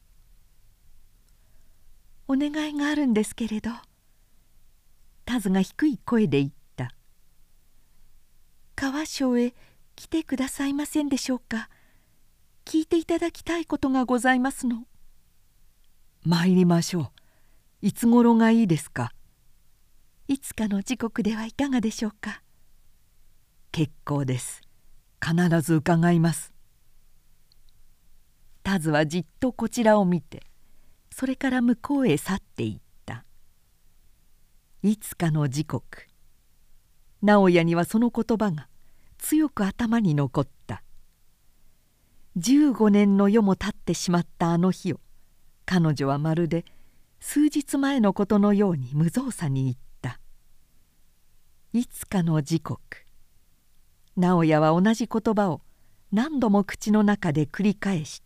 う。お願いがあるんですけれど。田鶴が低い声で言った。川庄へ来てくださいませんでしょうか。聞いていただきたいことがございますの。 参りましょう。いつ頃がいいですか？ いつかの時刻ではいかがでしょうか。 結構です。必ず伺います。 田鶴はじっとこちらを見て、それから向こうへ去っていった。いつかの時刻、直哉にはその言葉が強く頭に残った。15年の世も経ってしまったあの日を、彼女はまるで数日前のことのように無造作に言った。いつかの時刻。直哉は同じ言葉を何度も口の中で繰り返した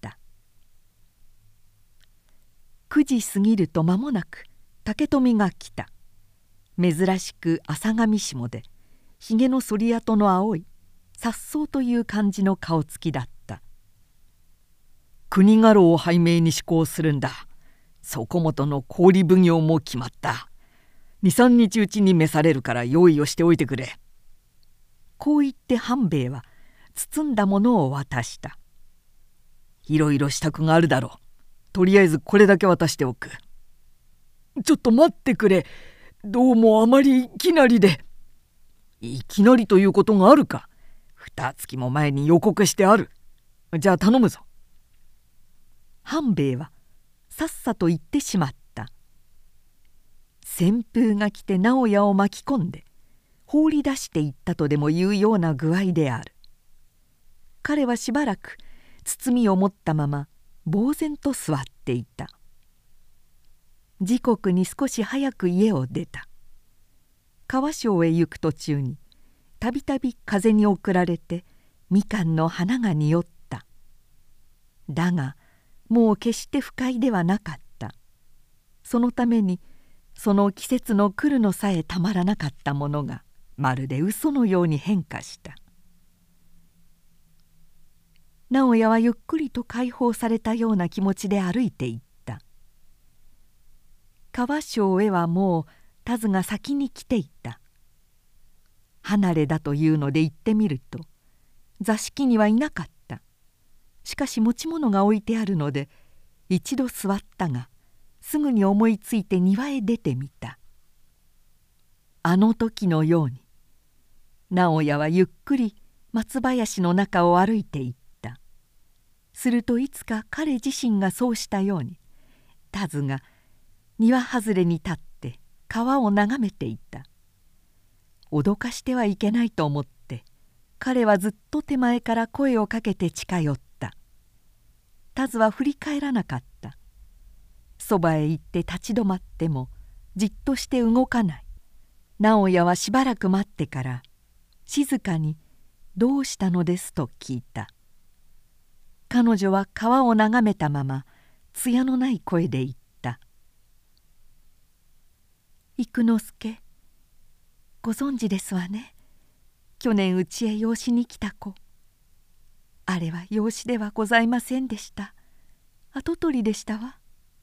。9時過ぎると間もなく竹富が来た。 珍しく浅髪下でひげの剃り跡の青い颯爽という感じの顔つきだった。 国家老を拝命に施行するんだ。底本の氷奉行も決まった。2、3日うちに召されるから用意をしておいてくれ。 こう言って半兵衛は包んだものを渡した。 いろいろ支度があるだろう。とりあえずこれだけ渡しておく。ちょっと待ってくれ。どうもあまりいきなりで。いきなりということがあるか。2月も前に予告してある。じゃあ頼むぞ。 半兵衛はさっさと言ってしまった。旋風が来て直哉を巻き込んで放り出していったとでもいうような具合である。彼はしばらく包みを持ったまま呆然と座っていた。時刻に少し早く家を出た。川庄へ行く途中にたびたび風に送られてみかんの花が匂った。だがもう決して不快ではなかった。そのためにその季節の来るのさえたまらなかったものがまるで嘘のように変化した。直哉はゆっくりと解放されたような気持ちで歩いていった。川庄へはもう田鶴が先に来ていた。離れだというので行ってみると座敷にはいなかった。しかし持ち物が置いてあるので一度座ったがすぐに思いついて庭へ出てみた。あの時のように直哉はゆっくり松林の中を歩いていった。するといつか彼自身がそうしたように田鶴が庭外れに立って川を眺めていた。脅かしてはいけないと思って彼はずっと手前から声をかけて近寄った。田鶴は振り返らなかった。そばへ行って立ち止まってもじっとして動かない。直哉はしばらく待ってから静かに「どうしたのです」と聞いた。彼女は川を眺めたまま艶のない声で言った。幾之助、ご存知ですわね。去年うちへ養子に来た子。あれは養子ではございませんでした。跡取りでしたわ。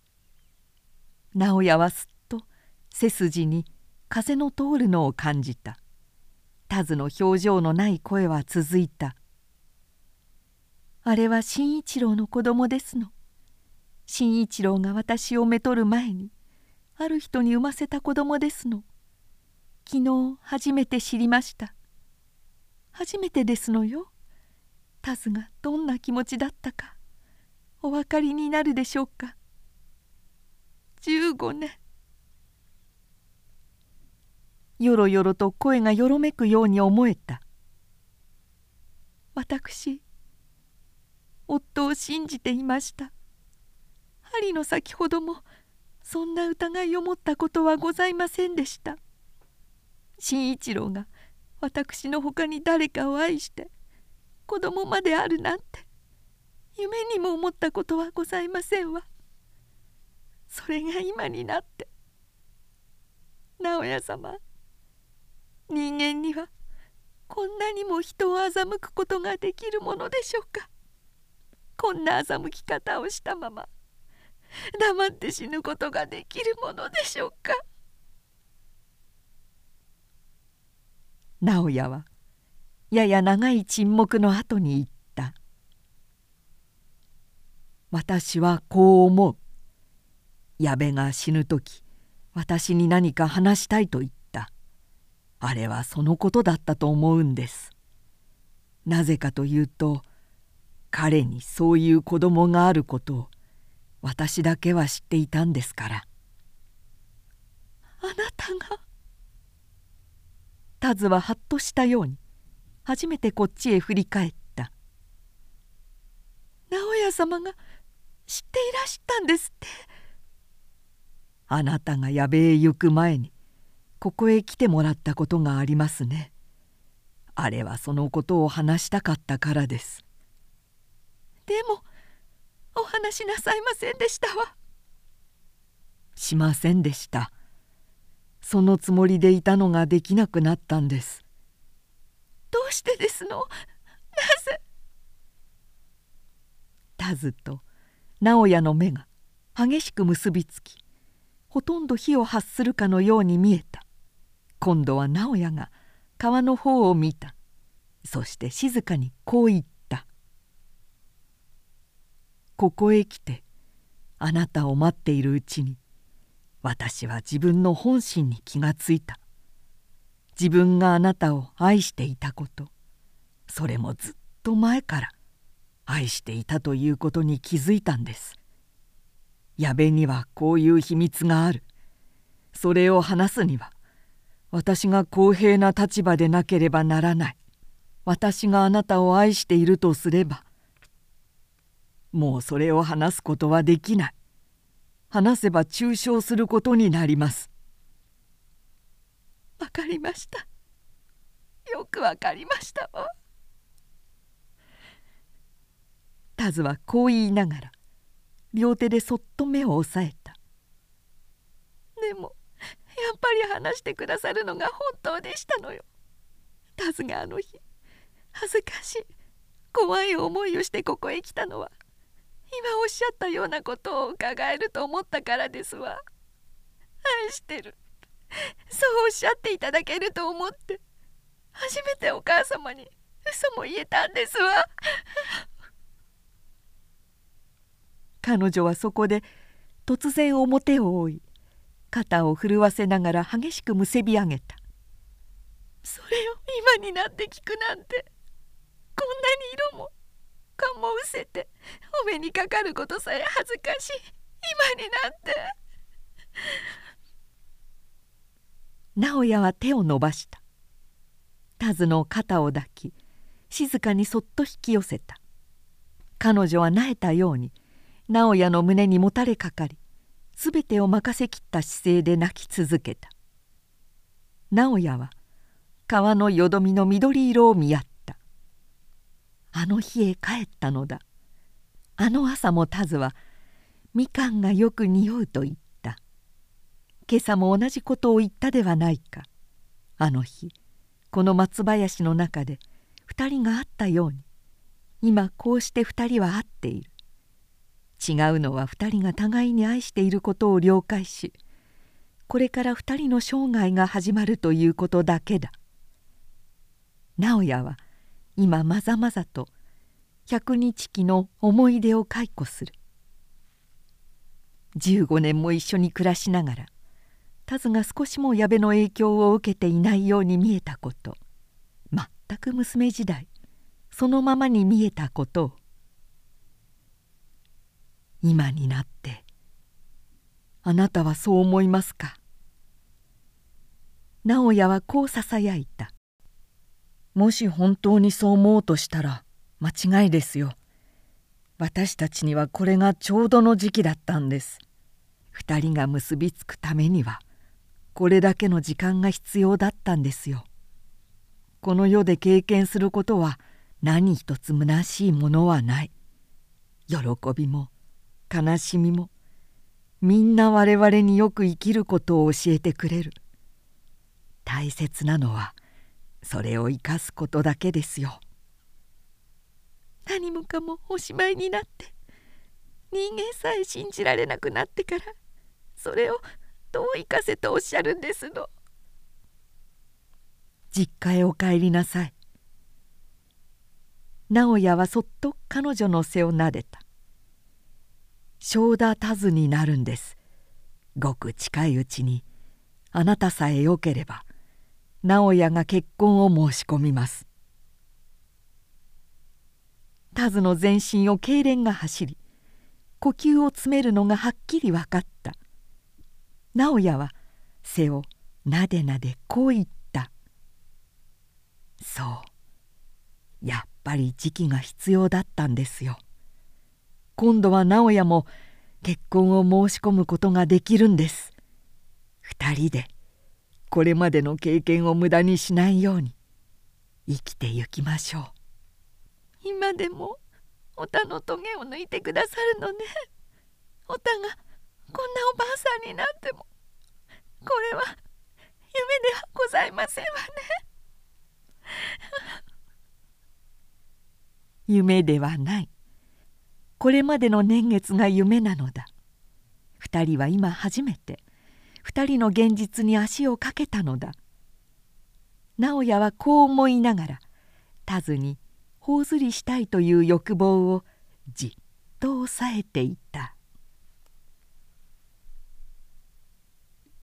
直哉はすっと背筋に風の通るのを感じた。田鶴の表情のない声は続いた。あれは新一郎の子供ですの。新一郎が私をめとる前にある人に産ませた子供ですの。昨日初めて知りました。初めてですのよ。田鶴がどんな気持ちだったかお分かりになるでしょうか。15年。よろよろと声がよろめくように思えた。私夫を信じていました。針の先ほどもそんな疑いを持ったことはございませんでした。新一郎が私のほかに誰かを愛して子供まであるなんて夢にも思ったことはございませんわ。それが今になって。直哉様、人間にはこんなにも人を欺くことができるものでしょうか。こんな欺き方をしたまま黙って死ぬことができるものでしょうか。直哉はやや長い沈黙の後に言った。私はこう思う。矢部が死ぬ時私に何か話したいと言った。あれはそのことだったと思うんです。なぜかというと彼にそういう子供があることを私だけは知っていたんですから。あなたが。田鶴ははっとしたように初めてこっちへ振り返った。直哉様が知っていらしたんですって。あなたが矢部へ行く前にここへ来てもらったことがありますね。あれはそのことを話したかったからです。でもお話しなさいませんでしたわ。しませんでした。 そのつもりでいたのができなくなったんです。 どうしてですの？なぜ？ 田鶴と直哉の目が激しく結びつき、ほとんど火を発するかのように見えた。今度は直哉が川の方を見た。そして静かにこう言った。ここへ来てあなたを待っているうちに、私は自分の本心に気がついた。自分があなたを愛していたこと、それもずっと前から愛していたということに気づいたんです。矢部にはこういう秘密がある。それを話すには私が公平な立場でなければならない。私があなたを愛しているとすれば、もうそれを話すことはできない。話せば中傷することになります。 わかりました。よくわかりましたわ。 田鶴はこう言いながら両手でそっと目を押さえた。 でもやっぱり話してくださるのが本当でしたのよ。田鶴があの日恥ずかしい怖い思いをしてここへ来たのは、今おっしゃったようなことを伺えると思ったからですわ。愛してる、そうおっしゃっていただけると思って初めてお母様に嘘も言えたんですわ。 彼女はそこで突然表を追い、肩を震わせながら激しくむせび上げた。 それを今になって聞くなんて、こんなに色も顔も失せてお目にかかることさえ恥ずかしい今になって。 直哉は手を伸ばした。田鶴の肩を抱き、静かにそっと引き寄せた。彼女は萎えたように直哉の胸にもたれかかり、すべてを任せきった姿勢で泣き続けた。直哉は川のよどみの緑色を見合った。あの日へ帰ったのだ。あの朝も田鶴はみかんがよく匂うと言った。今朝も同じことを言ったではないか。あの日この松林の中で2人が会ったように、今こうして2人は会っている。違うのは2人が互いに愛していることを了解し、これから2人の生涯が始まるということだけだ。直哉は今まざまざと100日期の思い出を回顧する。15年も一緒に暮らしながら、田鶴が少しも矢部の影響を受けていないように見えたこと、全く娘時代そのままに見えたことを、今になってあなたはそう思いますか。直哉はこうささやいた。もし本当にそう思おうとしたら間違いですよ。私たちにはこれがちょうどの時期だったんです。2人が結びつくためにはこれだけの時間が必要だったんですよ。この世で経験することは何一つ虚しいものはない。喜びも悲しみもみんな我々によく生きることを教えてくれる。大切なのはそれを生かすことだけですよ。 何もかもおしまいになって、人間さえ信じられなくなってから、それをどう生かせとおっしゃるんですの。 実家へお帰りなさい。直哉はそっと彼女の背をなでた。正田田鶴になるんです。ごく近いうちにあなたさえよければ直哉が結婚を申し込みます。田鶴の全身を痙攣が走り、呼吸を詰めるのがはっきり分かった。直哉は背をなでなでこう言った。そう、やっぱり時期が必要だったんですよ。今度は直哉も結婚を申し込むことができるんです。2人でこれまでの経験を無駄にしないように生きてゆきましょう。 今でもおたのトゲを抜いてくださるのね。おたがこんなおばあさんになっても、これは夢ではございませんわね。 夢ではない。これまでの年月が夢なのだ。二人は今初めて二人の現実に足をかけたのだ。直哉はこう思いながら田鶴に頬ずりしたいという欲望をじっと抑えていた。